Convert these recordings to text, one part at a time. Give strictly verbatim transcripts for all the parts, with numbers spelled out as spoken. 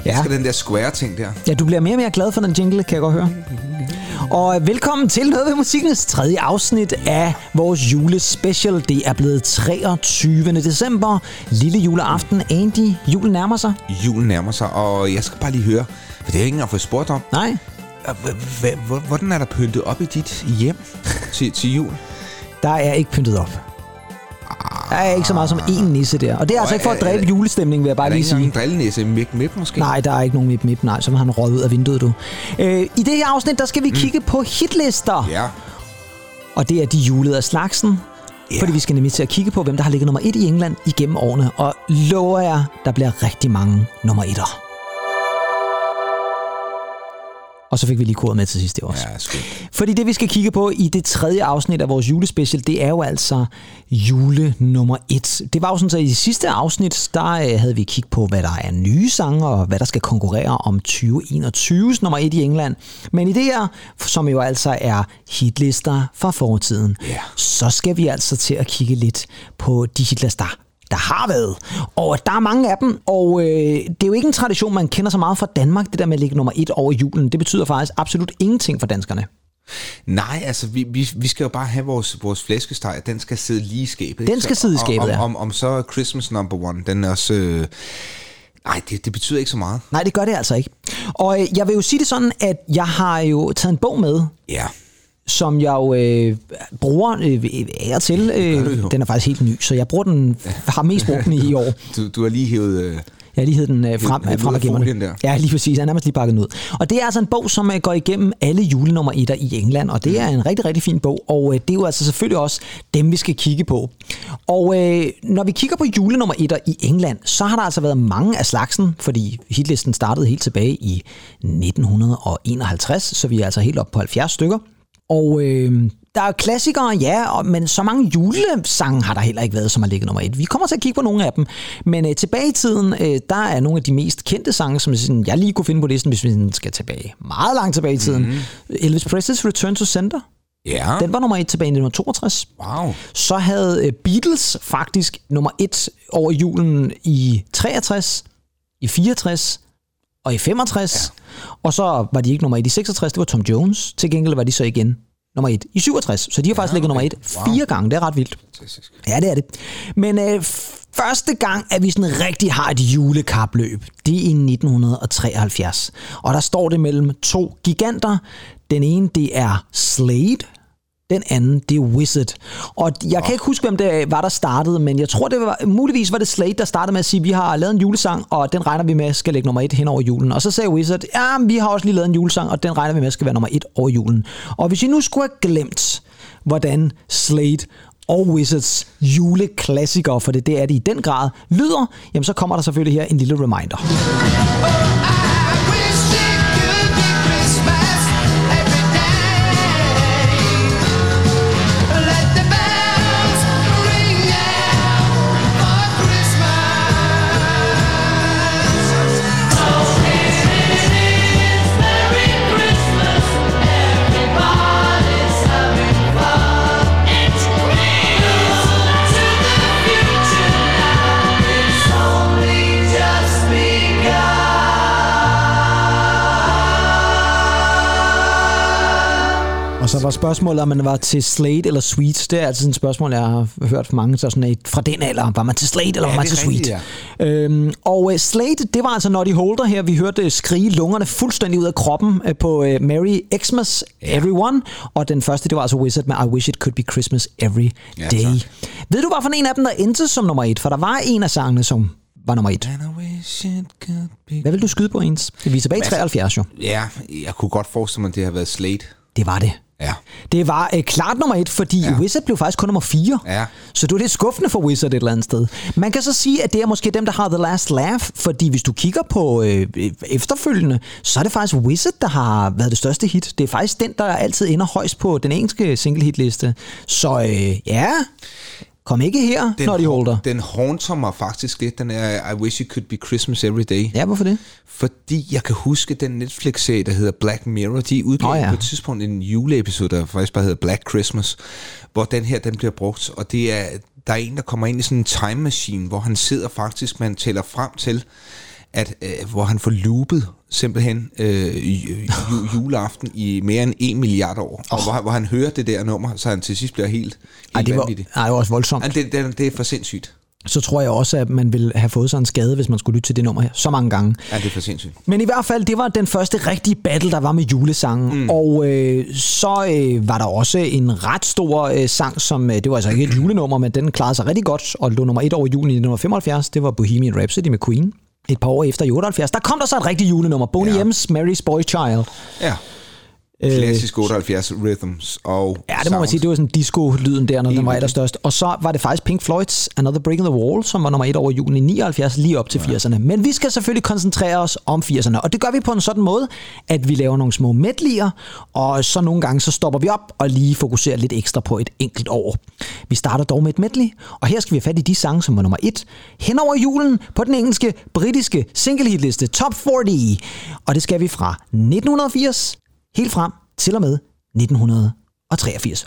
Jeg skal den der Square-ting der. Ja, du bliver mere og mere glad for den jingle, kan jeg godt høre. Og velkommen til Noget ved Musikkens tredje afsnit af vores julespecial. Det er blevet treogtyvende december. Lille juleaften. Andy, julen nærmer sig. Julen nærmer sig, og jeg skal bare lige høre, for det har jeg ikke engang fået spurgt om. Nej. Hvordan er der pyntet op i dit hjem til, til jul? Der er ikke pyntet op. Der er ikke så meget som én nisse der. Og det er altså ikke for at dræbe julestemningen, vil jeg bare lige sige. Er der ikke engang en drillenisse? Mip, mip måske? Nej, der er ikke nogen mip, mip. Nej, så har han røget ud af vinduet, du. Øh, I det her afsnit, der skal vi mm. kigge på hitlister. Ja. Og det er de julede af slagsen. Ja. Fordi vi skal nemlig til at kigge på, hvem der har ligget nummer et i England igennem årene. Og lover jeg, der bliver rigtig mange nummer etter. Og så fik vi lige kodet med til sidst det også. Ja, skønt. Fordi det, vi skal kigge på i det tredje afsnit af vores julespecial, det er jo altså jule nummer et. Det var jo sådan, så i det sidste afsnit, der havde vi kigget på, hvad der er nye sange, og hvad der skal konkurrere om tyve enogtyves nummer et i England. Men i det her, som jo altså er hitlister fra fortiden, yeah. så skal vi altså til at kigge lidt på de hitlister, der har været. Og der er mange af dem, og øh, det er jo ikke en tradition, man kender så meget fra Danmark, det der med at ligge nummer et over julen. Det betyder faktisk absolut ingenting for danskerne. Nej, altså vi, vi, vi skal jo bare have vores, vores flæskesteg, den skal sidde lige i skabet. Den skal sidde i skabet, om, ja. Om, om så Christmas number one, den er også... Øh, nej, det, det betyder ikke så meget. Nej, det gør det altså ikke. Og øh, jeg vil jo sige det sådan, at jeg har jo taget en bog med. Ja. Som jeg jo øh, bruger øh, af og til. Øh, den er faktisk helt ny, så jeg bruger den, har mest brugt den i år. Du, du har lige hævet... Øh, jeg har lige hævet den øh, frem, hævet, frem af gemmerne. Ja, lige præcis. Jeg er nærmest lige pakket ud. Og det er altså en bog, som øh, går igennem alle julenummer etter i England, og det er en rigtig, rigtig fin bog, og øh, det er jo altså selvfølgelig også dem, vi skal kigge på. Og øh, når vi kigger på julenummer etter i England, så har der altså været mange af slagsen, fordi hitlisten startede helt tilbage i nitten enoghalvtreds, så vi er altså helt op på halvfjerds stykker. Og øh, der er klassikere, ja, men så mange julesange har der heller ikke været, som har ligget nummer et. Vi kommer til at kigge på nogle af dem, men øh, tilbage i tiden, øh, der er nogle af de mest kendte sange, som sådan, jeg lige kunne finde på listen, hvis vi skal tilbage meget langt tilbage i tiden. Mm-hmm. Elvis Presley's Return to Sender. Ja. Den var nummer et tilbage i nitten toogtres. Wow. Så havde øh, Beatles faktisk nummer et over julen i treogtres, i fireogtres og i femogtres. Ja. Og så var de ikke nummer et i seksogtres, det var Tom Jones. Til gengæld var de så igen nummer et i syvogtres. Så de har ja, faktisk ligget okay. nummer et fire wow. gange. Det er ret vildt. Fantastisk. Ja, det er det. Men øh, første gang, at vi sådan rigtig har et julekapløb, det er i nitten treoghalvfjerds. Og der står det mellem to giganter. Den ene, det er Slade. Den anden, det er Wizard. Og jeg kan ikke huske, hvem det var, der startede, men jeg tror, det var muligvis var det Slade, der startede med at sige, at vi har lavet en julesang, og den regner vi med skal ligge nummer et hen over julen. Og så sagde Wizard, ja, vi har også lige lavet en julesang, og den regner vi med skal være nummer et over julen. Og hvis I nu skulle have glemt, hvordan Slade og Wizards juleklassikere, for det, det er det i den grad, lyder, jamen så kommer der selvfølgelig her en lille reminder. Og så var spørgsmålet, om man var til Slade eller Sweet. Det er altid et spørgsmål, jeg har hørt fra mange. Så sådan et, fra den alder, var man til Slade eller ja, var man til Sweet? Ja. Øhm, og uh, Slade, det var altså Noddy Holder her. Vi hørte skrige lungerne fuldstændig ud af kroppen uh, på uh, Merry Xmas ja. Everyone. Og den første, det var altså Wizard med I Wish It Could Be Christmas Every Day. Ja, ved du, hvad for en af dem, der endte som nummer et? For der var en af sangene, som var nummer et. Hvad vil du skyde på, ens? Vi er tilbage i treoghalvfjerds, jo. Ja, jeg kunne godt forestille mig, at det har været Slade. Det var det. Ja. Det var øh, klart nummer et, fordi ja. Wizard blev faktisk kun nummer fire. Ja. Så det er lidt skuffende for Wizard et eller andet sted. Man kan så sige, at det er måske dem, der har The Last Laugh, fordi hvis du kigger på øh, efterfølgende, så er det faktisk Wizard, der har været det største hit. Det er faktisk den, der altid ender højst på den engelske single-hitliste. Så øh, ja... Kom ikke her, den, Noddy Holder. Den haunter mig faktisk lidt, den er I Wish It Could Be Christmas Every Day. Ja, hvorfor det? Fordi jeg kan huske den Netflix-serie, der hedder Black Mirror. De udgav oh, ja. på et tidspunkt en juleepisode, der faktisk bare hedder Black Christmas, hvor den her, den bliver brugt. Og det er, der er en, der kommer ind i sådan en time machine, hvor han sidder faktisk, man tæller frem til, at, øh, hvor han får loopet simpelthen øh, juleaften i mere end en milliard år, oh. og hvor, hvor han hører det der nummer, så han til sidst bliver helt, helt ej, det var, vanvittigt. Ej, det var også voldsomt. Det, det, det er for sindssygt. Så tror jeg også, at man ville have fået sig en skade, hvis man skulle lytte til det nummer her så mange gange. Ja, det er for sindssygt. Men i hvert fald, det var den første rigtige battle, der var med julesangen. Mm. Og øh, så øh, var der også en ret stor øh, sang, som, øh, det var altså ikke et julenummer, men den klarede sig rigtig godt, og lå nummer et over julen i nitten femoghalvfjerds. Det var Bohemian Rhapsody med Queen. Et par år efter i otteoghalvfjerds. Der kom der så et rigtigt julenummer. Boney ja. M's Mary's Boy Child. Ja. Klassisk otteoghalvfjerds rhythms og ja, det må man sige, det var sådan disco-lyden der, når den var allerstørst. Og så var det faktisk Pink Floyd's Another Brick in the Wall, som var nummer et over julen i nioghalvfjerds, lige op til ja. firserne. Men vi skal selvfølgelig koncentrere os om firserne, og det gør vi på en sådan måde, at vi laver nogle små medleyer, og så nogle gange så stopper vi op og lige fokuserer lidt ekstra på et enkelt år. Vi starter dog med et medley, og her skal vi have fat i de sange, som var nummer et hen over julen på den engelske, britiske single-hitliste Top fyrre, og det skal vi fra nitten firs helt frem til og med nitten treogfirs.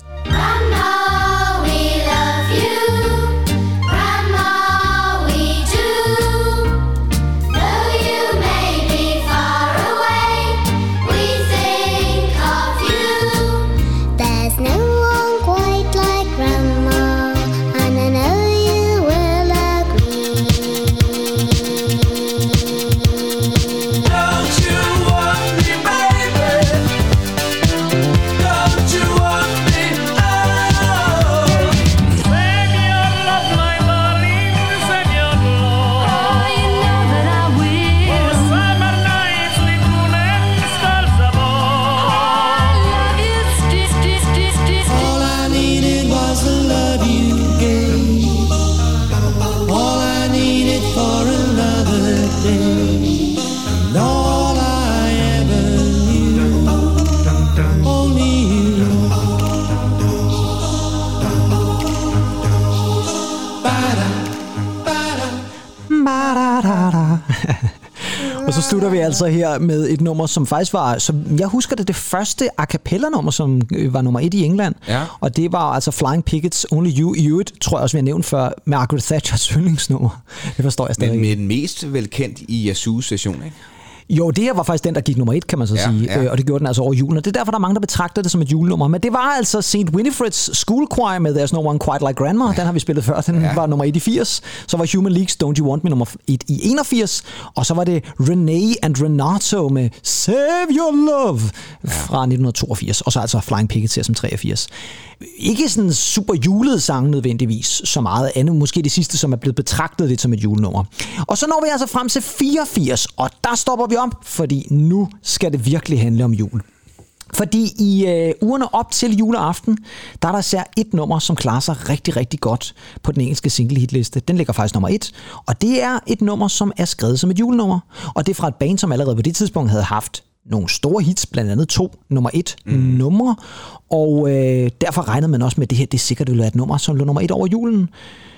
Og så slutter vi altså her med et nummer, som faktisk var, som jeg husker det, det første a cappella-nummer, som var nummer et i England. Ja. Og det var altså Flying Pickets Only You. I øvrigt, tror jeg også, vi har nævnt før, Margaret Thatchers yndlingsnummer. Det forstår jeg stadig. Men med den mest velkendt i Yazoo's session, ikke? Jo, det her var faktisk den, der gik nummer et, kan man så ja, sige. Ja. Øh, og det gjorde den altså over julen. Og det er derfor, der er mange, der betragter det som et julenummer. Men det var altså Saint Winifred's School Choir med There's No One Quite Like Grandma. Ja. Den har vi spillet før. Den ja. var nummer et i firs. Så var Human League's Don't You Want Me nummer et i enogfirs. Og så var det Renee and Renato med Save Your Love ja. fra nitten toogfirs. Og så altså Flying Pickets her som treogfirs. Ikke sådan super julet sang nødvendigvis, så meget andet. Måske det sidste, som er blevet betragtet lidt som et julenummer. Og så når vi altså frem til fireogfirs, og der stopper vi op, fordi nu skal det virkelig handle om jul. Fordi i øh, ugerne op til juleaften, der er der især et nummer, som klarer sig rigtig, rigtig godt på den engelske single-hitliste. Den ligger faktisk nummer et, og det er et nummer, som er skrevet som et julenummer. Og det er fra et band, som allerede på det tidspunkt havde haft nogle store hits, blandt andet to nummer et mm. numre, og øh, derfor regnede man også med, at det her det sikkert ville være et nummer, som lå nummer et over julen.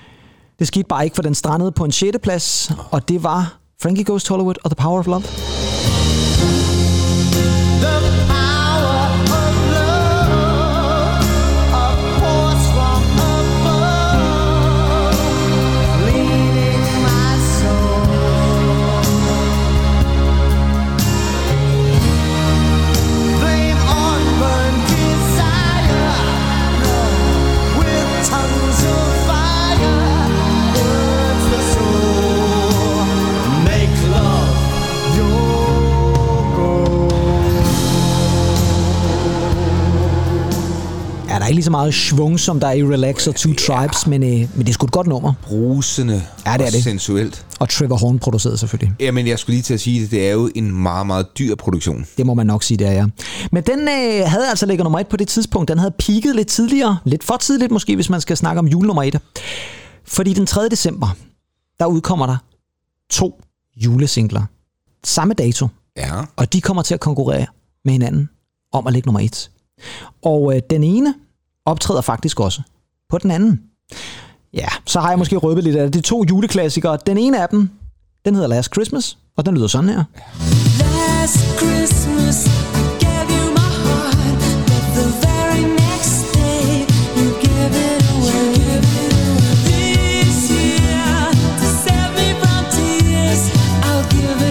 Det skete bare ikke, for den strandede på en sjette plads, og det var Frankie Goes to Hollywood og The Power of Love. Der er ikke lige så meget schwung, som der er i Relax og Two Tribes, ja. men, øh, men det er sgu et godt nummer. Brusende ja, det er og det. sensuelt. Og Trevor Horn produceret selvfølgelig. Jamen, jeg skulle lige til at sige det, det er jo en meget, meget dyr produktion. Det må man nok sige, det er, ja. Men den øh, havde altså ligget nummer et på det tidspunkt. Den havde peaket lidt tidligere. Lidt for tidligt måske, hvis man skal snakke om julenummer et. Fordi den tredje december, der udkommer der to julesingler. Samme dato. Ja. Og de kommer til at konkurrere med hinanden om at ligge nummer et. Og øh, den ene optræder faktisk også på den anden. Ja, så har jeg måske røbet lidt af det. Det er to juleklassikere. Den ene af dem, den hedder Last Christmas, og den lyder sådan her. Last Christmas, I gave you my heart, but the very next day, you gave it away. This year, to save me from tears, I'll give it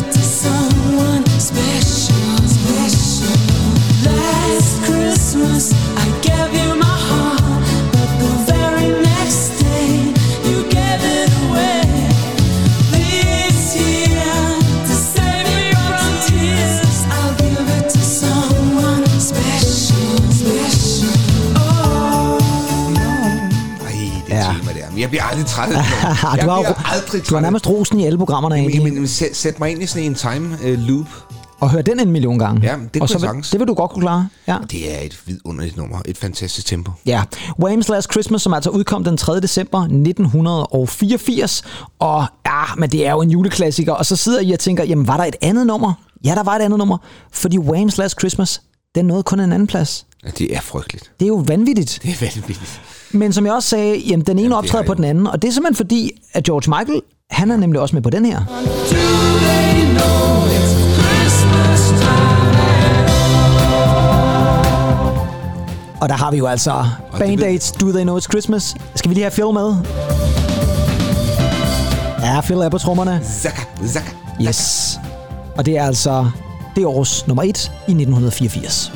Jeg bliver aldrig træt af det. Jeg du har, bliver aldrig træt. Du har nærmest rosen i alle programmerne. Jamen, jamen, sæt, sæt mig ind i sådan en time uh, loop. Og hør den en million gange. Ja, det og så vil, det vil du godt kunne klare. Ja. Det er et vidunderligt nummer. Et fantastisk tempo. Ja. Wham's Last Christmas, som altså udkom den tredje december nitten fireogfirs. Og ja, men det er jo en juleklassiker. Og så sidder I og tænker, jamen var der et andet nummer? Ja, der var et andet nummer. Fordi Wham's Last Christmas, den nåede kun en anden plads. Ja, det er frygteligt. Det er jo vanvittigt. Det er vanvittigt. Men som jeg også sagde, jamen den ene jamen, optræder på den anden. Og det er simpelthen fordi, at George Michael, han er nemlig også med på den her. Og der har vi jo altså Band Aids, Do They Know It's Christmas. Skal vi lige have Phil med? Ja, Phil er på trommerne. Zaka, zaka. Yes. Og det er altså det års nummer et i nitten fireogfirs.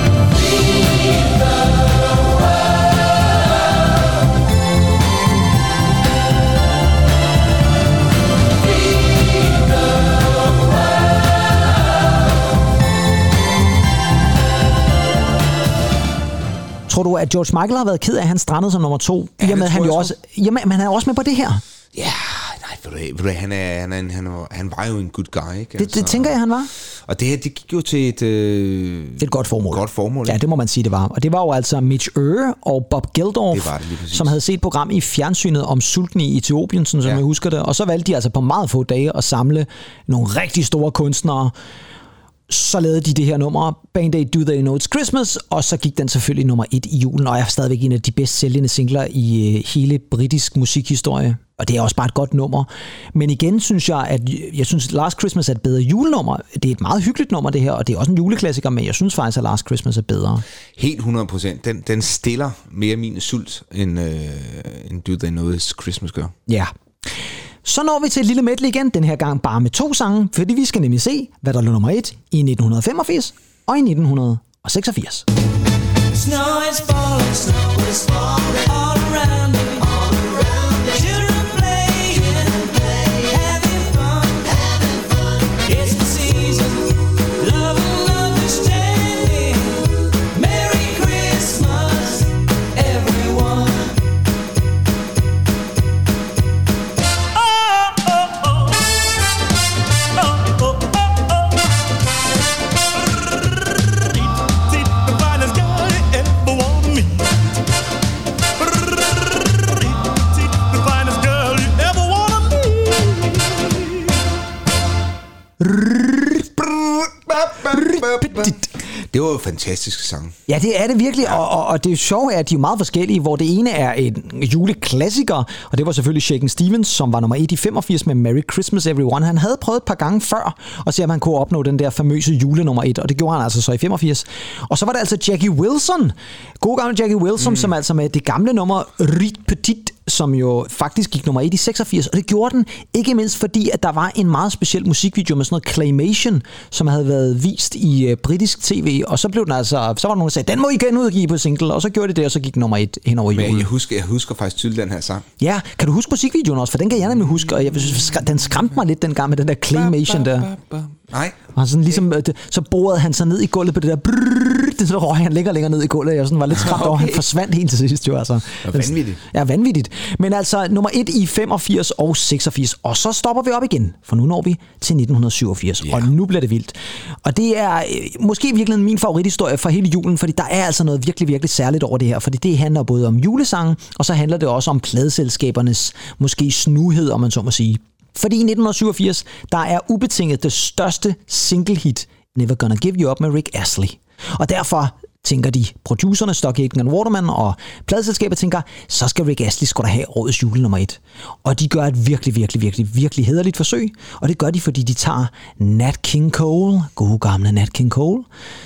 Tror du, at George Michael har været ked af, at han strandede som nummer to? Ja, I og med, han jo også, jamen, men han er også med på det her. Ja, nej, ved du, han, er, han, er, han, er, han var jo en good guy, ikke? Det, altså, det tænker jeg, han var. Og det her, det gik jo til et... Øh, det er et godt formål. Godt formål. Ja, det må man sige, det var. Og det var jo altså Mitch Ure og Bob Geldof, det det som havde set et program i fjernsynet om sultne i Etiopien, som ja. jeg husker det. Og så valgte de altså på meget få dage at samle nogle rigtig store kunstnere. Så lavede de det her nummer, Band Aid, Do They Know It's Christmas, og så gik den selvfølgelig nummer et i julen, og er stadigvæk en af de bedst sælgende singler i øh, hele britisk musikhistorie. Og det er også bare et godt nummer. Men igen synes jeg, at jeg synes, Last Christmas er et bedre julenummer. Det er et meget hyggeligt nummer, det her, og det er også en juleklassiker, men jeg synes faktisk, at Last Christmas er bedre. Helt hundrede procent. Den, den stiller mere min sult, end, øh, end Do They Know It's Christmas gør. Ja. Så når vi til et lille medley igen, den her gang bare med to sange, fordi vi skal nemlig se, hvad der lå nummer et i nitten femogfirs og i nitten seksogfirs. Snow is falling, snow is falling all around me, all around me. Children playing, playing, having fun, having fun. It's the season, love and understanding. Merry Christmas, everyone. Det var jo fantastiske sange. Ja, det er det virkelig, ja. og, og, og det sjove er, at de er meget forskellige, hvor det ene er en juleklassiker, og det var selvfølgelig Shakin' Stevens, som var nummer et i femogfirs med Merry Christmas Everyone. Han havde prøvet et par gange før at se, om han kunne opnå den der famøse julenummer et, og det gjorde han altså så i femogfirs. Og så var det altså Jackie Wilson, god gamle Jackie Wilson, mm. som altså med det gamle nummer Rit Petit, som jo faktisk gik nummer et i seksogfirs, og det gjorde den ikke mindst fordi, at der var en meget speciel musikvideo med sådan noget claymation, som havde været vist i uh, britisk tv, og så blev den altså, så var der nogen, der sagde, den må I igen udgive på single, og så gjorde det det, og så gik nummer et hen over julen. Men jeg husker, jeg husker faktisk tydeligt den her sang. Ja, kan du huske musikvideoen også? For den kan jeg nemlig huske, og jeg, den skræmte mig lidt dengang med den der claymation der. Nej. Og sådan ligesom, så borede han sig ned i gulvet på det der brrrr, så røg han længere længere ned i gulvet, og jeg sådan var lidt skræmt over, okay. Han forsvandt helt til sidst jo. Altså. Det var vanvittigt. Ja, vanvittigt. Men altså nummer et i femogfirs og seksogfirs, og så stopper vi op igen, for nu når vi til nitten syvogfirs, yeah. Og nu bliver det vildt. Og det er måske virkelig min favorithistorie fra hele julen, fordi der er altså noget virkelig, virkelig særligt over det her, fordi det handler både om julesangen, og så handler det også om pladeselskabernes måske snuhed, om man så må sige. Fordi i nitten syvogfirs, der er ubetinget det største single hit, Never Gonna Give You Up med Rick Astley. Og derfor tænker de, producerne Stock Aitken and Waterman og pladeselskabet tænker, så skal Rick Astley sgu da have årets jule nummer et. Og de gør et virkelig, virkelig, virkelig, virkelig hæderligt forsøg. Og det gør de, fordi de tager Nat King Cole, gode gamle Nat King Cole,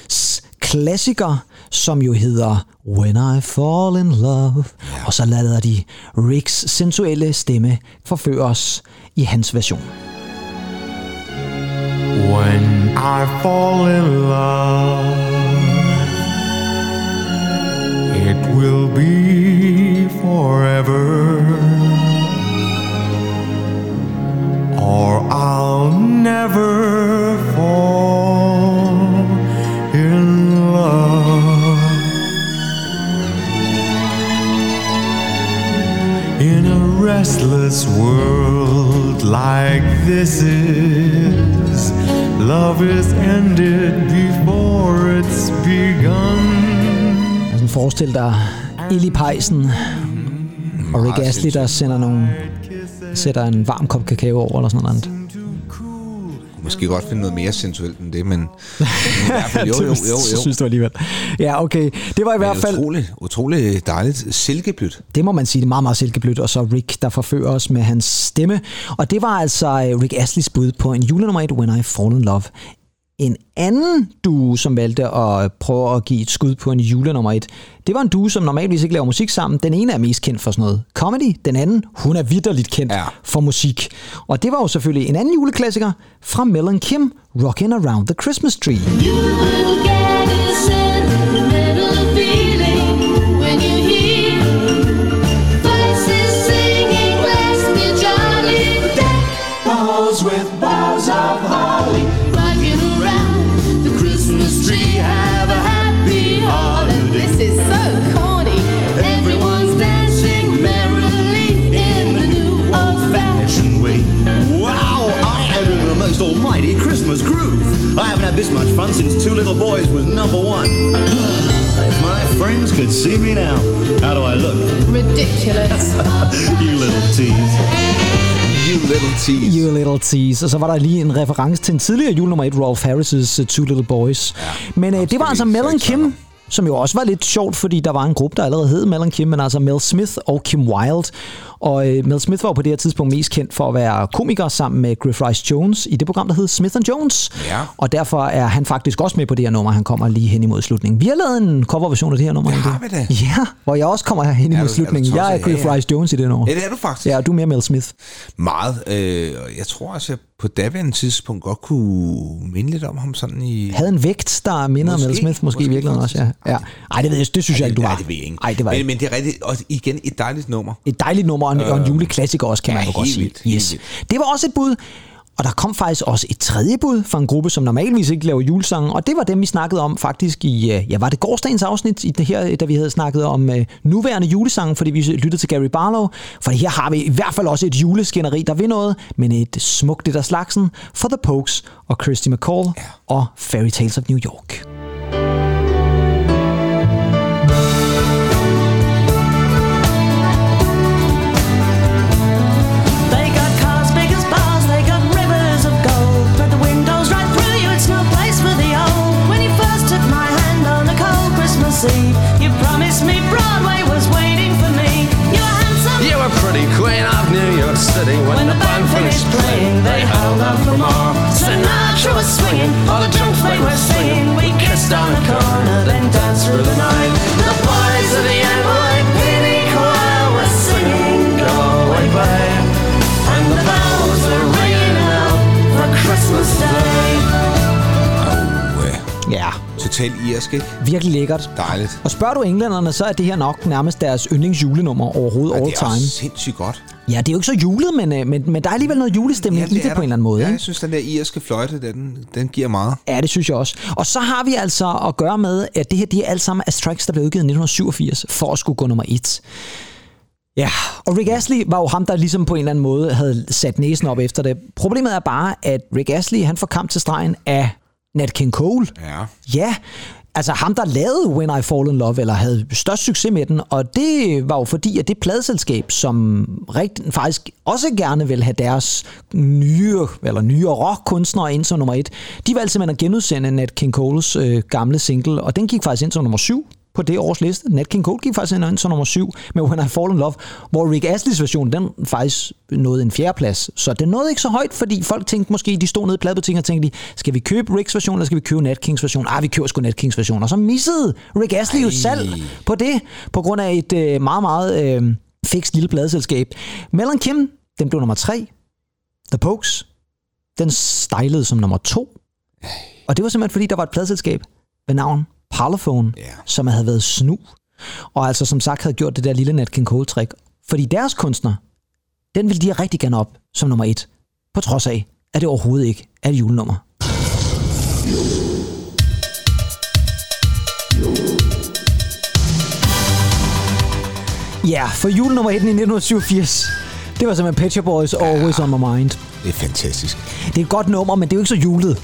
klassiker, som jo hedder When I Fall in Love. Ja. Og så lader de Ricks sensuelle stemme forføre os i hans version. When I fall in love, it will be forever, or I'll never fall in love. In a restless world like this is. Love is ended before it's begun. Altså, forestil dig ild i pejsen, og Rick Astley, der sender nogle, sætter en varm kop kakao over, eller sådan noget. Måske godt finde noget mere sensuelt end det, men, men i hvert fald, jo, jo, jo, jo. synes du alligevel. Ja, okay. Det var i hvert fald... Utroligt, utroligt dejligt. Silkeblødt. Det må man sige, det er meget, meget silkeblødt, og så Rick, der forfører os med hans stemme. Og det var altså Rick Astleys bud på en julenummer et, When I Fall in Love. En anden duo, som valgte at prøve at give et skud på en julenummer et, det var en duo, som normalvis ikke laver musik sammen. Den ene er mest kendt for sådan noget comedy, den anden, hun er vitterligt kendt ja. for musik. Og det var jo selvfølgelig en anden juleklassiker fra Mel and Kim, Rockin' Around the Christmas Tree. You will get a sentimental feeling when you hear voices singing, let's be jolly, deck the halls with boughs of holly. Have a happy holiday. This is so corny. Everyone's dancing merrily in the new old-fashioned way. Wow, I am in the most almighty Christmas groove. I haven't had this much fun since Two Little Boys was number one. If my friends could see me now, how do I look? Ridiculous. You little tease. You little tease. You little tease. Og så var der lige en reference til en tidligere julenummer et, Rolf Harris' uh, Two Little Boys. Ja, men uh, det var altså Mel and Kim, som jo også var lidt sjovt, fordi der var en gruppe, der allerede hed Mel and Kim, men altså Mel Smith og Kim Wilde. Og uh, Mel Smith var jo på det her tidspunkt mest kendt for at være komiker sammen med Griff Rhys Jones i det program, der hed Smith and Jones. Ja. Og derfor er han faktisk også med på det her nummer. Han kommer lige hen imod slutningen. Vi har lavet en coverversion af det her nummer. Ja, har vi det? Ja, hvor jeg også kommer hen imod slutningen. Jeg er Griff Rhys Jones i det nummer. Ja, det er du faktisk. Ja, og du er mere Mel Smith. Meget. Øh, jeg tror også, at på daværende tidspunkt godt kunne minde lidt om ham sådan i... Havde en vægt, der minder om Mel Smith, måske, måske i virkeligheden også, ja. ja. Ej, det ved jeg, det synes jeg ikke, du var. Nej, det ved jeg ikke. Ej, det var men, men det er rigtigt, og igen et dejligt nummer. Et dejligt nummer, og en, øh, og en juleklassiker også, kan ja, man jo godt sige. Vildt, yes. Vildt. Det var også et bud, og der kom faktisk også et tredje bud fra en gruppe, som normalvis ikke laver julesange, og det var dem, vi snakkede om faktisk i, ja, var det gårsdagens afsnit i det her, da vi havde snakket om uh, nuværende julesange, fordi vi lyttede til Gary Barlow, for her har vi i hvert fald også et juleskænderi, der vil noget, men et smukt det der slagsen for The Pogues og Kirsty MacColl ja. og Fairy Tales of New York. You promised me Broadway was waiting for me. You were handsome. You were pretty queen of New York City. When, when the band finished playing, they held out for more. Sinatra was swinging, all the drunks they were singing. We kissed on the corner, then danced through the night. The boys of the N Y P D choir were singing Go Away Babe, and the bells were ringing out for Christmas Day. Ja. Totalt irsk, ikke? Virkelig lækkert. Dejligt. Og spørger du englænderne, så er det her nok nærmest deres yndlingsjulenummer overhovedet all time. Ja, det er også sindssygt godt. Ja, det er jo ikke så julet, men, men, men der er alligevel noget julestemning ja, i det, det på en eller anden måde. Ja, ikke? jeg synes, den der irske fløjte, den, den giver meget. Ja, det synes jeg også. Og så har vi altså at gøre med, at det her, det er alt sammen af tracks, der blev udgivet i nitten syvogfirs, for at skulle gå nummer et. Ja, og Rick Astley var jo ham, der ligesom på en eller anden måde havde sat næsen op efter det. Problemet er bare, at Rick Astley, han får kamp til stregen af Nat King Cole. Ja. Ja, altså ham, der lavede When I Fall in Love, eller havde størst succes med den, og det var jo fordi, at det pladeselskab, som rigtig, faktisk også gerne vil have deres nye, eller nye rockkunstnere ind som nummer et, de valgte simpelthen at genudsende Nat King Coles øh, gamle single, og den gik faktisk ind som nummer syv på det års liste. Nat King Cole gik faktisk ind som nummer syv med When I Fall in Love, hvor Rick Astleys version, den faktisk nåede en fjerdeplads. Så det nåede ikke så højt, fordi folk tænkte måske, de stod nede i pladebutikken og tænkte, skal vi købe Ricks version, eller skal vi købe Nat Kings version? Ah, vi køber sgu Nat Kings version. Og så missede Rick Astley jo salg på det, på grund af et øh, meget, meget øh, fikst lille pladeselskab. Mel and Kim, den blev nummer tre. The Pogues, den stylede som nummer to. Og det var simpelthen, fordi der var et pladeselskab ved navn Parlophone, yeah. som havde været snu, og altså som sagt havde gjort det der lille Nat King Cole-trick. Fordi deres kunstner, den ville de rigtig gerne op som nummer et, på trods af, at det overhovedet ikke er et julenummer. Ja, for julenummer et i nitten syvogfirs, Det var simpelthen Pet Shop Boys, ja. Always on My Mind. Det er fantastisk. Det er et godt nummer, men det er jo ikke så julet.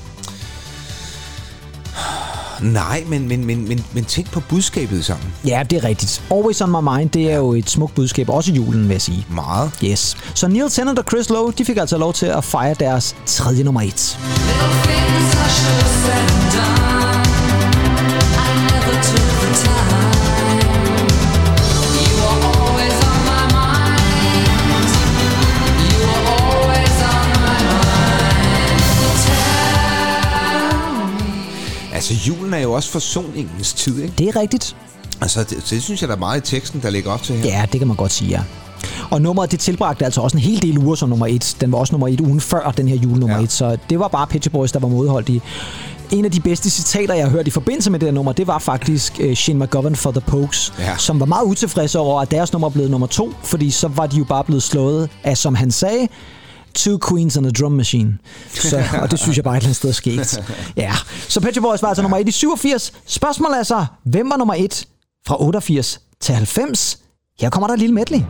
Nej, men, men, men, men, men tænk på budskabet sammen. Ja, det er rigtigt. Always on My Mind, det er jo et smukt budskab, også julen, vil jeg sige. Meget. Yes. Så Neil Tennant og Chris Lowe, de fik altså lov til at fejre deres tredje nummer et. Altså, julen er jo også forsoningens tid, ikke? Det er rigtigt. Altså, det, det synes jeg, der er meget i teksten, der ligger op til her. Ja, det kan man godt sige, ja. Og nummeret, det tilbragte altså også en hel del uger som nummer et. Den var også nummer et ugen før den her julenummer ja. et, så det var bare Pet Shop Boys, der var modholdige. En af de bedste citater, jeg har hørt i forbindelse med det her nummer, det var faktisk uh, Shane McGovern for The Pogues, ja. som var meget utilfredse over, at deres nummer blev nummer to, fordi så var de jo bare blevet slået af, som han sagde, Two Queens and a Drum Machine. Så, og det synes jeg bare et eller andet sted er sket. Ja. Så Pet Shop Boys var altså nummer et i syvogfirs. Spørgsmålet er så, hvem var nummer et fra otteogfirs til halvfems? Her kommer der et lille medley.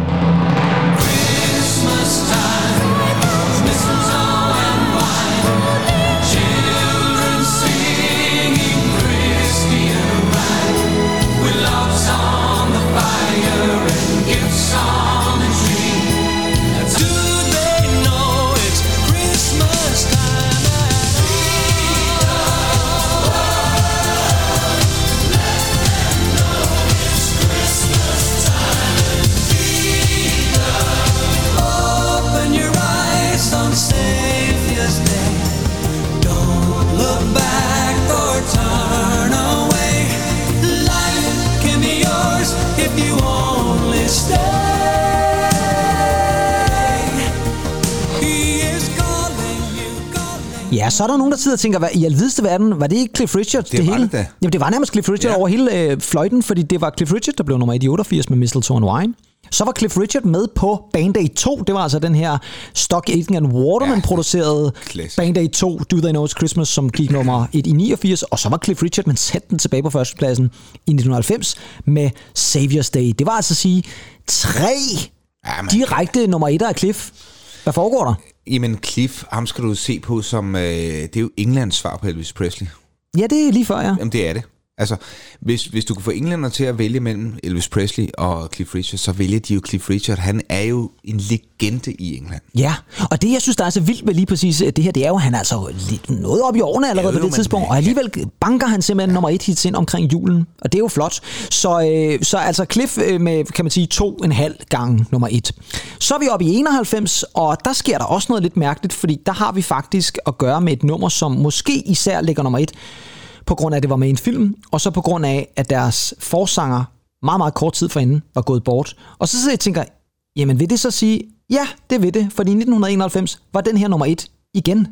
Ja, så er der nogen, der sidder og tænker, hvad i alvideste verden, var det ikke Cliff Richard? Det, det var hele? det da. Jamen, det var nærmest Cliff Richard ja. over hele øh, fløjten, fordi det var Cliff Richard, der blev nummer et i otteogfirs med Mistletoe and Wine. Så var Cliff Richard med på Band Aid to. Det var altså den her Stock Aitken and Waterman ja, producerede Band Aid to, Do They Know It's Christmas, som gik nummer et i niogfirs. Og så var Cliff Richard, men satte den tilbage på førstepladsen i nitten halvfems med Savior's Day. Det var altså at sige tre ja, man, direkte nummer etter af Cliff. Hvad foregår der? Jamen Cliff, ham skal du se på som, øh, det er jo Englands svar på Elvis Presley. Ja, det er lige før, ja. Jamen det er det. Altså, hvis, hvis du kan få englænder til at vælge mellem Elvis Presley og Cliff Richard, så vælger de jo Cliff Richard. Han er jo en legende i England. Ja, og det jeg synes, der er så vildt med lige præcis det her, det er jo, han er altså noget op i årene allerede ja, på det man, tidspunkt, og alligevel banker han simpelthen nummer et hits ind omkring julen, og det er jo flot. Så, øh, så altså Cliff øh, med, kan man sige, to en halv gang nummer et. Så er vi oppe i enoghalvfems, og der sker der også noget lidt mærkeligt, fordi der har vi faktisk at gøre med et nummer, som måske især ligger nummer et, på grund af, at det var med i en film, og så på grund af, at deres forsanger meget, meget kort tid forinden var gået bort. Og så sidder jeg og tænker, jamen vil det så sige, ja, det vil det, fordi i nitten enoghalvfems var den her nummer et igen.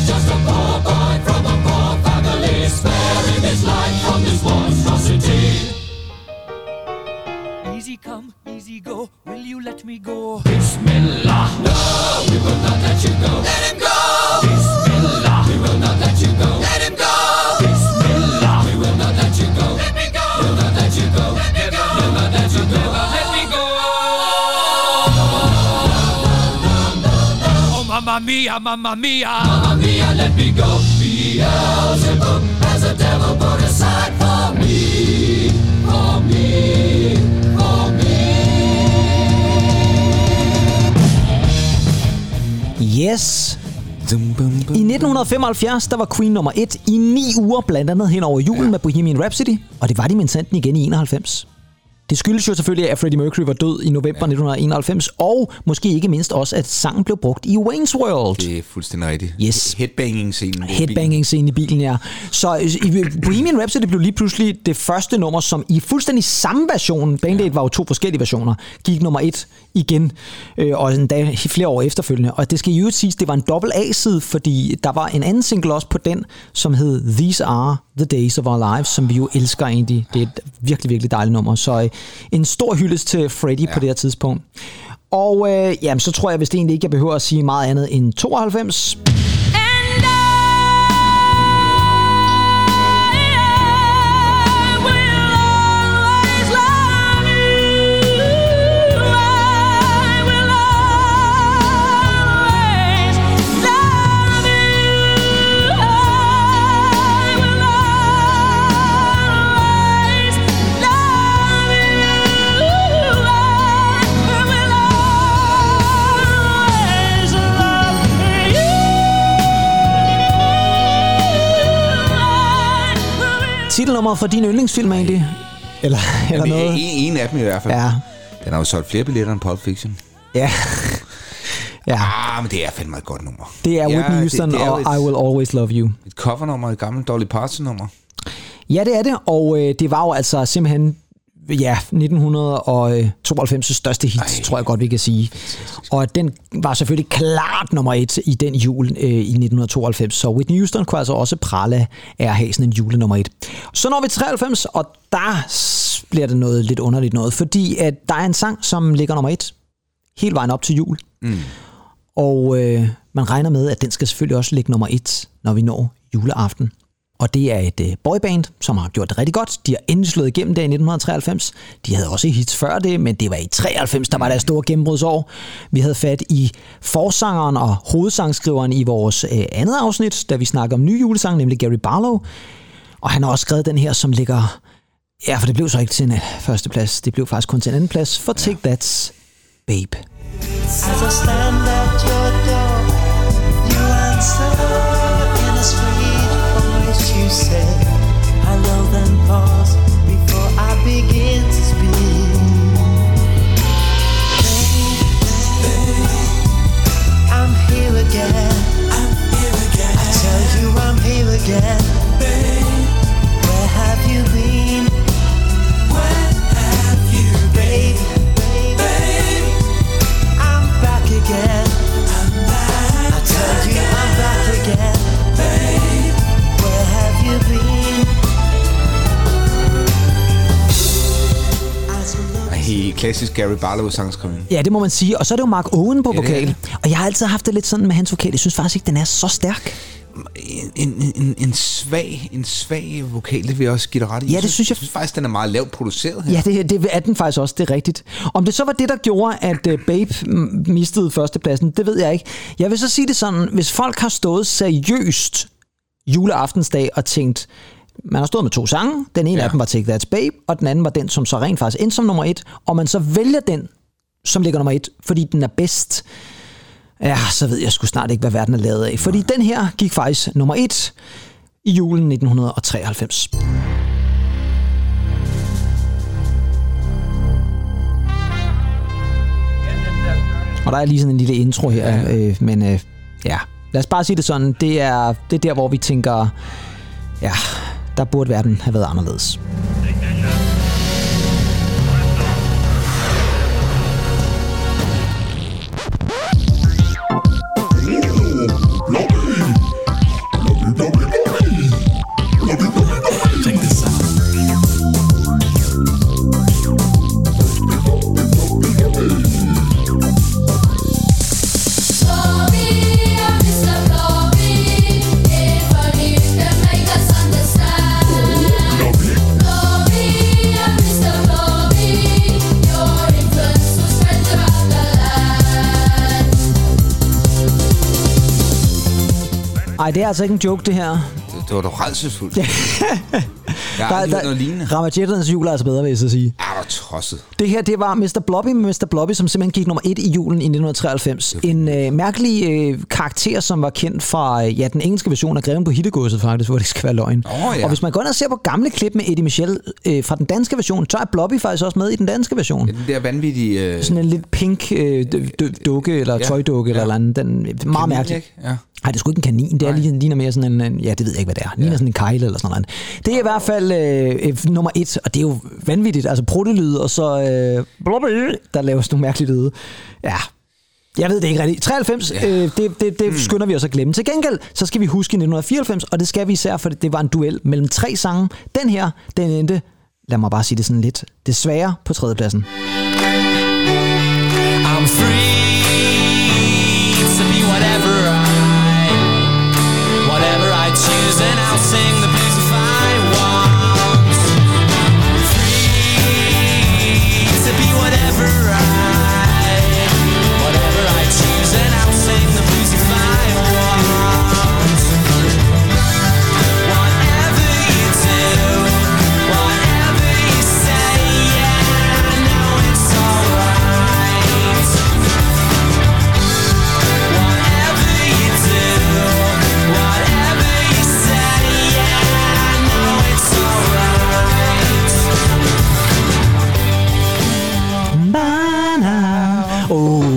Easy come, easy go, will you let me go? Bismillah, no, we will not let you go. Let him go! Bismillah, we will not let you go. Let him go! Mamma mia, mamma mia, mamma mia, let me go. Beelzebub has a devil put aside for me, for me, for me. Yes. I nitten femoghalvfjerds, der var Queen nummer et i ni uger, blandt andet hen over julen ja. med Bohemian Rhapsody, og det var de minsandten igen i enoghalvfems. Det skyldes jo selvfølgelig, at Freddie Mercury var død i november ja. nitten enoghalvfems, og måske ikke mindst også, at sangen blev brugt i Wayne's World. Det er fuldstændig rigtigt. Yes. Headbanging-scenen. Headbanging-scenen i bilen, ja. Så i Bohemian Rhapsody blev lige pludselig det første nummer, som i fuldstændig samme version, Band Aid var jo to forskellige versioner, gik nummer et igen, øh, og endda flere år efterfølgende. Og det skal jo siges, det var en dobbelt A-side, fordi der var en anden single også på den, som hed These Are the Days of Our Lives, som vi jo elsker egentlig. Det er et virkelig, virkelig dejligt nummer. Så øh, en stor hyldest til Freddie ja. på det her tidspunkt. Og øh, jamen, så tror jeg, hvis det egentlig ikke, jeg behøver at sige meget andet end tooghalvfems. titelnummeret fra din yndlingsfilm egentlig? Eller, eller Jamen, noget? En, en af dem i hvert fald. Ja. Den har jo solgt flere billetter end Pulp Fiction. Ja. Ja. Ah, men det er fandme et godt nummer. Det er Whitney Houston det, det er og et, I Will Always Love You. Et covernummer, et gammelt Dolly Parton-nummer. Ja, det er det, og øh, det var jo altså simpelthen ja, nitten tooghalvfems største hit, Ej. tror jeg godt, vi kan sige. Og den var selvfølgelig klart nummer et i den jul øh, i nitten tooghalvfems, så Whitney Houston kunne altså også prale af at have sådan en jule nummer et. Så når vi til treoghalvfems, og der bliver det noget lidt underligt noget, fordi at der er en sang, som ligger nummer et hele vejen op til jul. Mm. Og øh, man regner med, at den skal selvfølgelig også ligge nummer et, når vi når juleaften. Og det er et øh, boyband, som har gjort det rigtig godt. De har endelig slået igennem det i nitten treoghalvfems. De havde også hits før det, men det var i treoghalvfems, der var deres store gennembrudsår. Vi havde fat i forsangeren og hovedsangskriveren i vores øh, andet afsnit, da vi snakker om ny julesang, nemlig Gary Barlow. Og han har også skrevet den her, som ligger... Ja, for det blev så ikke til en første plads. Det blev faktisk kun til en anden plads. For Take That's Babe. As I stand at your door, you answer in a sweet voice. You say hello, then pause before I begin to speak. Babe, I'm here again. I'm here again. I tell you I'm here again. Babe, where have you been? Where have you been? Babe, again. I'm back. I tell you I'm back again. Babe, where have you been? Ej, klassisk Gary Barlow sangskrivning. Ja, det må man sige. Og så er det jo Mark Owen på vokal. Ja, og jeg har altid haft det lidt sådan med hans vokal. Jeg synes faktisk ikke, den er så stærk. En, en, en, en svag en svag vokal, det vil jeg også give dig ret i. Ja, det synes jeg. Jeg synes faktisk, den er meget lavt produceret her. Ja, det, det er den faktisk også, det er rigtigt. Om det så var det, der gjorde, at uh, Babe mistede førstepladsen, det ved jeg ikke. Jeg vil så sige det sådan, hvis folk har stået seriøst juleaftensdag og tænkt, man har stået med to sange, den ene ja. af dem var Take That's Babe, og den anden var den, som så rent faktisk endte som nummer et, og man så vælger den, som ligger nummer et, fordi den er bedst. Ja, så ved jeg sgu snart ikke, hvad verden er lavet af. Fordi den her gik faktisk nummer et i julen nitten treoghalvfems. Og der er lige sådan en lille intro her, øh, men øh, ja, lad os bare sige det sådan. Det er, det er der, hvor vi tænker, ja, der burde verden have været anderledes. Ej, det er altså ikke en joke, det her. Det, det var da rædselsfuldt. Jeg har aldrig hørt noget lignende. Ramajetternes jul er altså bedre, vil jeg så sige. Ja, hvor tosset. Det her, det var mister Blobby med mister Blobby, som simpelthen gik nummer et i julen i nitten treoghalvfems. En øh, mærkelig øh, karakter, som var kendt fra øh, ja, den engelske version af Greven på Hittegodset, faktisk, hvor det skal være løgn. Oh, ja. Og hvis man går ind og ser på gamle klip med Eddie Michel øh, fra den danske version, så er Blobby faktisk også med i den danske version. Ja, den der vanvittige... Øh... Sådan en lidt pink øh, dukke, eller ja. tøjdukke, ja. eller andet. Den, meget mærkeligt. Ja. Nej, det er sgu ikke en kanin. Det er lige, ligner mere sådan en, ja, det ved jeg ikke, hvad det er. Ligner ja. sådan en kejle eller sådan noget. Det er i hvert fald øh, nummer et, og det er jo vanvittigt. Altså pruttelyd, og så øh, blubber, der laves nogle mærkelige lyde. Ja, jeg ved det ikke rigtigt. treoghalvfems, ja. øh, det, det, det mm. skynder vi os at glemme. Til gengæld, så skal vi huske nitten fireoghalvfems, og det skal vi især, for det var en duel mellem tre sange. Den her, den endte, lad mig bare sige det sådan lidt, desværre på tredjepladsen. I'm free to be whatever I, whatever I choose, and I'll sing the blues if I want. Free to be whatever I, whatever I choose, and I'll sing the blues if I want. Whatever you do, whatever you say, yeah, I know it's alright.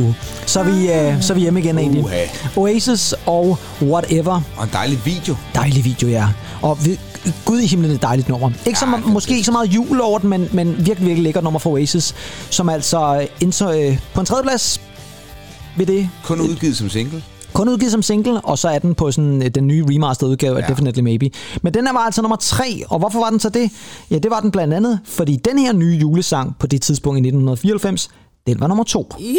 Så er vi, øh, så er vi hjemme igen egentlig. Uh-huh. Oasis og Whatever. Og en dejlig video. Dejlig video, ja. Og vi, Gud i himlen, et dejligt nummer. Ikke ja, så, måske ikke så meget jul over den, men, men virkelig, virkelig lækkert nummer for Oasis, som altså indtog øh, på en tredjeplads ved det. Kun udgivet som single. Kun udgivet som single, og så er den på sådan den nye remastered udgave af ja. Definitely Maybe. Men den her var altså nummer tre, og hvorfor var den så det? Ja, det var den blandt andet, fordi den her nye julesang på det tidspunkt i nitten fireoghalvfems, den var nummer to. You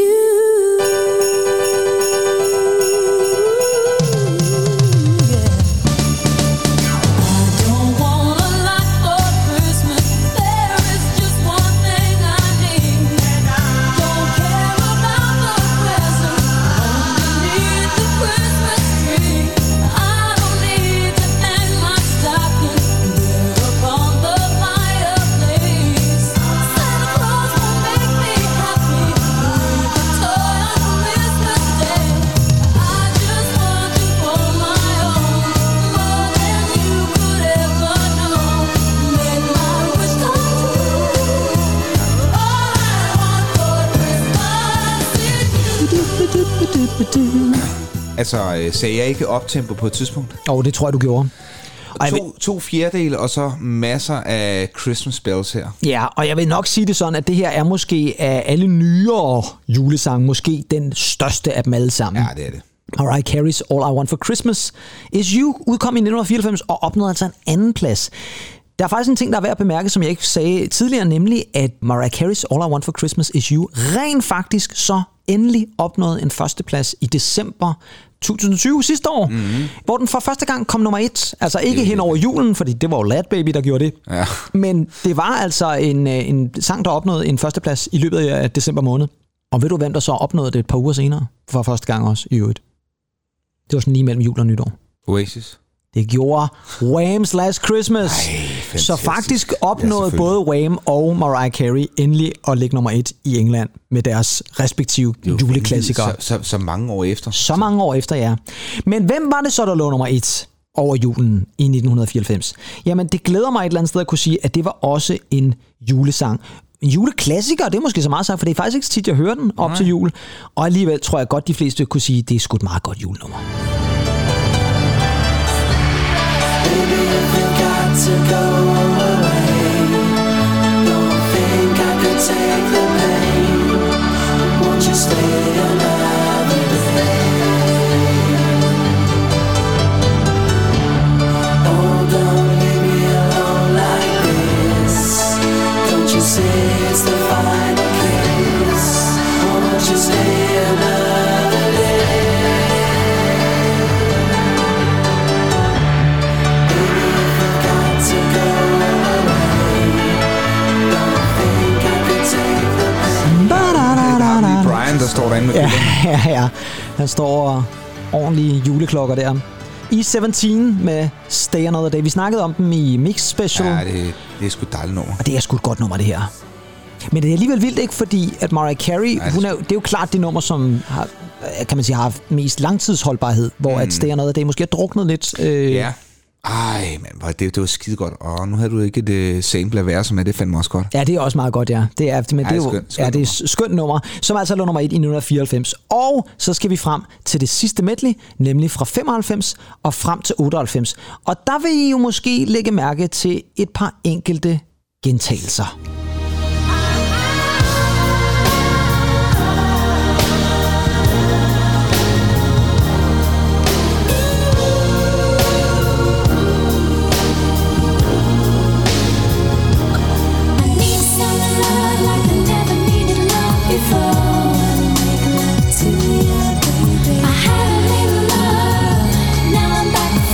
Altså, sagde jeg ikke optempo på et tidspunkt? Åh, oh, det tror jeg, du gjorde. To, to fjerdedele, og så masser af Christmas bells her. Ja, og jeg vil nok sige det sådan, at det her er måske af alle nyere julesange, måske den største af dem alle sammen. Ja, det er det. Mariah Carey's All I Want for Christmas Is You udkom i nitten fireoghalvfems og opnåede altså en anden plads. Der er faktisk en ting, der er værd at bemærke, som jeg ikke sagde tidligere, nemlig at Mariah Carey's All I Want for Christmas Is You rent faktisk så endelig opnåede en førsteplads i december to tusind og tyve sidste år, mm-hmm. hvor den for første gang kom nummer et. Altså ikke hen over julen, fordi det var jo Lad Baby, der gjorde det. Ja. Men det var altså en, en sang, der opnåede en førsteplads i løbet af december måned. Og ved du, hvem der så opnåede det et par uger senere? For første gang også i øvrigt. Det var sådan lige mellem jul og nytår. Oasis. Det gjorde Wham's Last Christmas. Ej, så faktisk opnåede ja, både Wham og Mariah Carey endelig at ligge nummer et i England med deres respektive juleklassikere. Så, så, så mange år efter. Så mange år efter, ja. Men hvem var det så, der lå nummer et over julen i nitten fireoghalvfems? Jamen, det glæder mig et eller andet sted at kunne sige, at det var også en julesang. En juleklassiker, det er måske så meget sagt, for det er faktisk ikke så tit, jeg hører den op Nej. til jul. Og alligevel tror jeg godt, de fleste kunne sige, at det er sgu et meget godt julenummer. Baby, if you got to go away, don't think I could take the pain. Won't you stay another day? Oh, don't leave me alone like this. Don't you say it's the final kiss? Won't you stay another day? Brian, der står derinde med ja, ja, ja. Han står ordentlige juleklokker der. E sytten med Stay Another Day. Vi snakkede om dem i Mix Special. Ja, det, det er sgu et dejligt nummer. Og det er sgu et godt nummer, det her. Men det er alligevel vildt ikke, fordi at Mariah Carey, ja, hun er, det er jo klart det nummer, som har, kan man sige, har haft mest langtidsholdbarhed, hvor mm. at Stay Another Day måske har druknet lidt. Øh, ja. Ej, man, det, det var skide godt. Og nu har du ikke et uh, sample af værre, som er det fandme også godt. Ja, det er også meget godt, ja. Det er, men Ej, det er jo skønt, skønt ja, det er skønt nummer, som altså lå nummer et i nitten fireoghalvfems. Og så skal vi frem til det sidste medley, nemlig fra femoghalvfems og frem til otteoghalvfems. Og der vil I jo måske lægge mærke til et par enkelte gentagelser.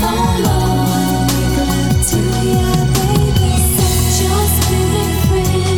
Set your spirit free.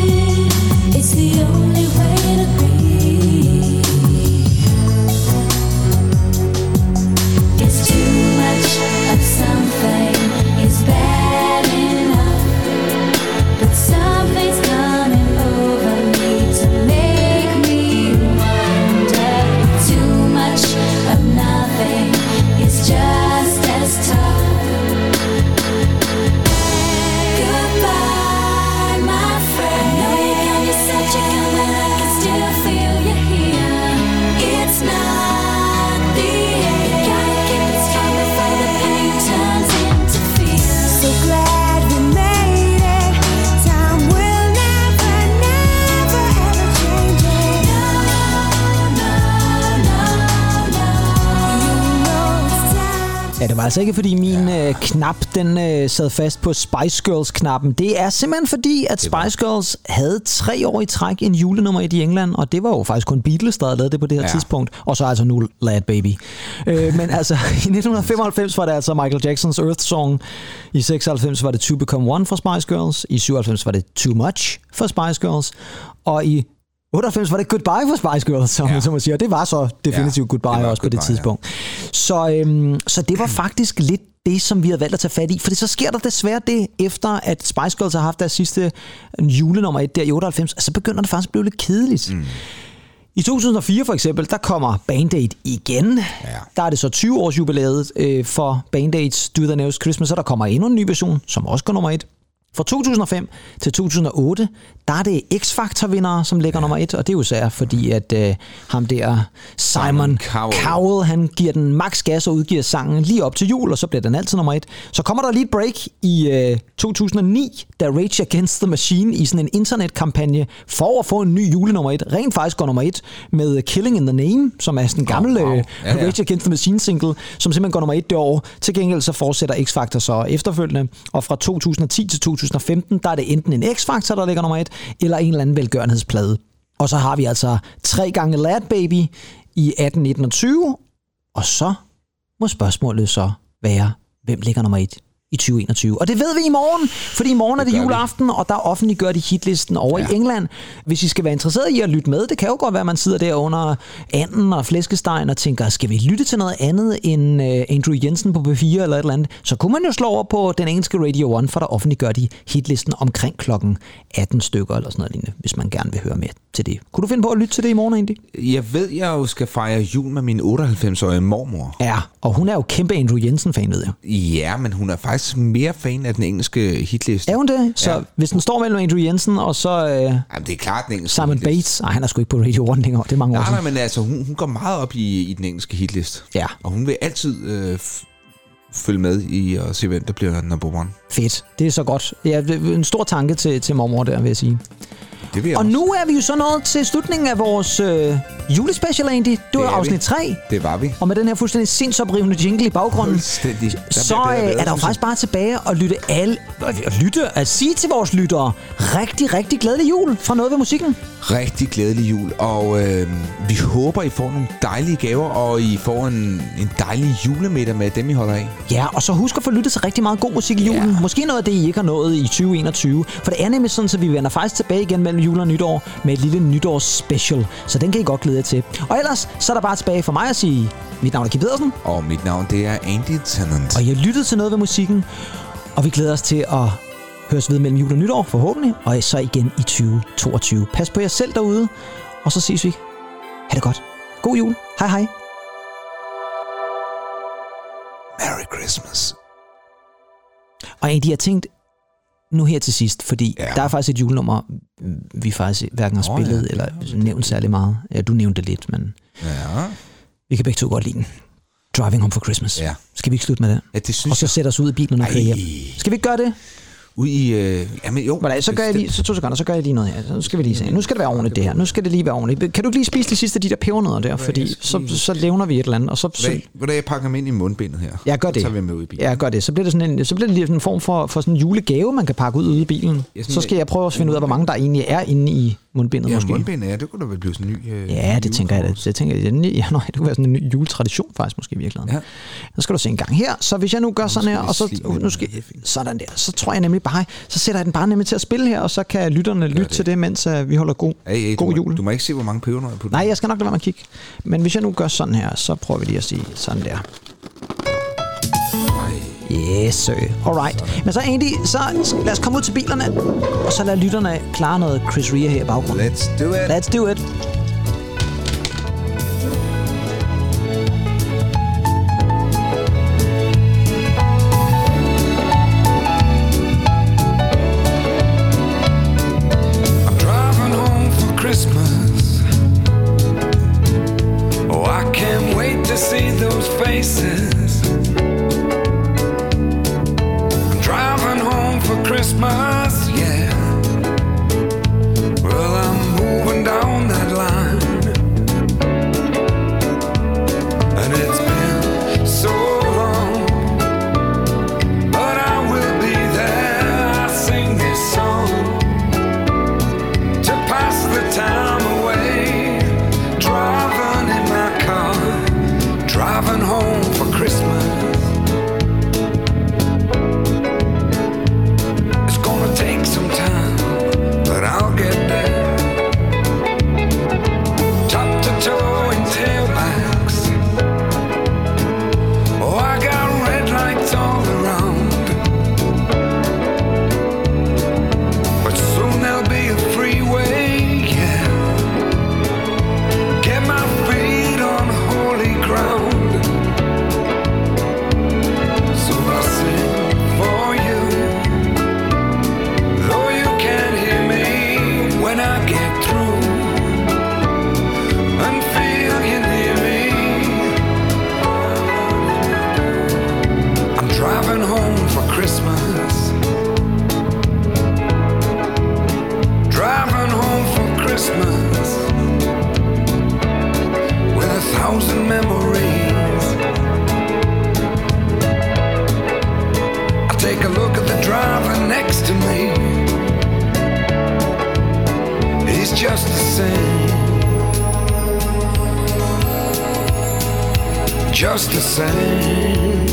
Ja, det var altså ikke, fordi min ja. øh, knap, den øh, sad fast på Spice Girls-knappen. Det er simpelthen fordi, at Spice Girls havde tre år i træk en julenummer i England, og det var jo faktisk kun Beatles, der havde lavet det på det her ja. tidspunkt. Og så altså nu Lad Baby. øh, men altså, i nitten femoghalvfems var det altså Michael Jacksons Earth Song. I seksoghalvfems var det To Become One for Spice Girls. I syvoghalvfems var det Too Much for Spice Girls. Og i otteoghalvfems var det Goodbye for Spice Girls, som, ja. som man siger. Det var så definitivt ja, Goodbye også goodbye, på det tidspunkt. Ja. Så, øhm, så det var faktisk lidt det, som vi havde valgt at tage fat i. For så sker der desværre det, efter at Spice Girls har haft deres sidste julenummer et der i otteoghalvfems, så begynder det faktisk at blive lidt kedeligt. Mm. I to tusind og fire for eksempel, der kommer Band Aid igen. Ja. Der er det så tyve års jubilæet øh, for Band Aids Do the Nose Christmas, så der kommer endnu en ny version, som også går nummer et. Fra to tusind og fem til to tusind og otte, der er det X-Factor-vindere, som ligger ja. nummer et, og det er jo særligt, fordi at øh, ham der, Simon, Simon Cowell. Cowell, han giver den max gas og udgiver sangen lige op til jul, og så bliver den altid nummer et. Så kommer der lige et break i øh, to tusind og ni, da Rage Against the Machine i sådan en internetkampagne for at få en ny julenummer et, rent faktisk går nummer et med Killing in the Name, som er sådan en gammel oh, wow. øh, ja, ja. Rage Against the Machine single, som simpelthen går nummer et det år. Til gengæld så fortsætter X-Factor så efterfølgende, og fra to tusind og ti til to tusind og femten, der er det enten en X-Factor, der ligger nummer et, eller en eller anden velgørenhedsplade. Og så har vi altså tre gange Lad Baby i atten, nitten og tyve, og så må spørgsmålet så være, hvem ligger nummer et i tyve enogtyve. Og det ved vi i morgen, fordi i morgen er det, det juleaften, vi. Og der offentliggør de hitlisten over ja. i England. Hvis I skal være interesseret i at lytte med, det kan jo godt være, at man sidder der under anden og flæskestegen og tænker, skal vi lytte til noget andet end uh, Andrew Jensen på P fire eller et eller andet, så kunne man jo slå over på den engelske Radio one, for der offentliggør de hitlisten omkring klokken atten stykker eller sådan noget lignende, hvis man gerne vil høre med til det. Kunne du finde på at lytte til det i morgen egentlig? Jeg ved, jeg jo skal fejre jul med min otteoghalvfems-årige mormor. Ja, og hun er jo kæmpe Andrew Jensen-fan, ved jeg. Ja, men hun er faktisk mere fan af den engelske hitliste. Er hun det? Så ja. Hvis den står mellem Andrew Jensen og så øh, Jamen, det er klart den engelske Simon hitliste. Bates. Nej, han er sgu ikke på Radio one længere. Det er mange år siden. Nej, men altså, hun, hun går meget op i, i den engelske hitliste. Ja. Og hun vil altid øh, f- følge med i at se, hvem der bliver number one. Fedt. Det er så godt. Ja, en stor tanke til, til mormor der, vil jeg sige. Det vil jeg og også. Nu er vi jo så nået til slutningen af vores øh, julespecial, Andy. Det var afsnit tre. Det var vi. Og med den her fuldstændig sindsoprivende jingle i baggrunden, så øh, er der jo faktisk bare tilbage at lytte alle, at lytte, at sige til vores lyttere, rigtig, rigtig glædelig jul fra Noget ved Musikken. Rigtig glædelig jul, og øh, vi håber, I får nogle dejlige gaver, og I får en, en dejlig julemiddag med dem, I holder af. Ja, og så husk at få lyttet til rigtig meget god musik i julen. Ja. Måske noget af det, I ikke har nået i tyve enogtyve. For det er nemlig sådan, at vi vender faktisk tilbage igen mellem jul og nytår med et lille nytårsspecial. Så den kan I godt glæde jer til. Og ellers, så er der bare tilbage for mig at sige, mit navn er Kim Pedersen. Og mit navn, det er Andy Tennant. Og I har lyttet til Noget ved Musikken, og vi glæder os til at høres ved mellem jul og nytår, forhåbentlig, og så igen i tyve toogtyve. Pas på jer selv derude, og så ses vi. Ha' det godt. God jul. Hej hej. Merry Christmas. Og Andy, jeg tænkt nu her til sidst, fordi ja. der er faktisk et julenummer, vi faktisk hverken har spillet oh, ja. eller nævnt særlig meget. Ja, du nævnte det lidt, men ja. vi kan begge to godt lide den. Driving Home for Christmas. Ja. Skal vi ikke slutte med det? Ja, det synes og så sætte os ud i bilen og køre hjem. Skal vi ikke gøre det? Ud i... Øh, jamen jo. Hvordan, så gør jeg lige, så to sekunder, så gør jeg lige noget her. Nu skal vi lige se. Nu skal det være ordentligt det her. Nu skal det lige være ordentligt. Kan du ikke lige spise de sidste de der pebernødder der, fordi så, så levner vi et eller andet. Og så, så hvordan jeg pakker dem ind i mundbindet her? Ja, gør det. Så tager vi med ud i bilen. Ja, gør det. Så bliver det sådan en, så bliver det lige en form for, for sådan en julegave, man kan pakke ud ude i bilen. Ja, så skal jeg prøve at finde ud af, hvor mange der egentlig er inde i mundbindet. Ja, måske. mundbindet, ja, det kunne da vel blive sådan en ny øh, ja, det tænker jeg da. Det tænker jeg, ja, nej, det kunne være sådan en ny juletradition faktisk måske i virkeligheden. Ja. Nu skal du se en gang her. Så hvis jeg nu gør sådan her, og så nu skal sådan der, så tror jeg nemlig bare, så sætter jeg den bare nemlig til at spille her, og så kan lytterne lytte det. til det, mens uh, vi holder god, hey, hey, god du jul. Må, du må ikke se, hvor mange pebernødder på den. Nej, jeg skal nok lade være med at kigge. Men hvis jeg nu gør sådan her, så prøver vi lige at sige sådan der. Yes, sir. Alright. Men så Andy, så lad os komme ud til bilerne, og så lad lytterne klare noget Chris Rea her i baggrunden. Let's do it. Let's do it. Faces. I'm driving home for Christmas, yeah. Well, I'm moving down that line, and it's been so long driving home for Christmas. It's gonna take some time, but I'll get there. Top to toe in tailbacks. Oh, I got red lights all around. But soon there'll be a freeway, yeah. Get my feet on holy ground. So I'll sing for you, though you can't hear me when I get through, and feel you near me. I'm driving home for Christmas. Driving home for Christmas with a thousand memories. I take a look at the driver next to me. He's just the same, just the same.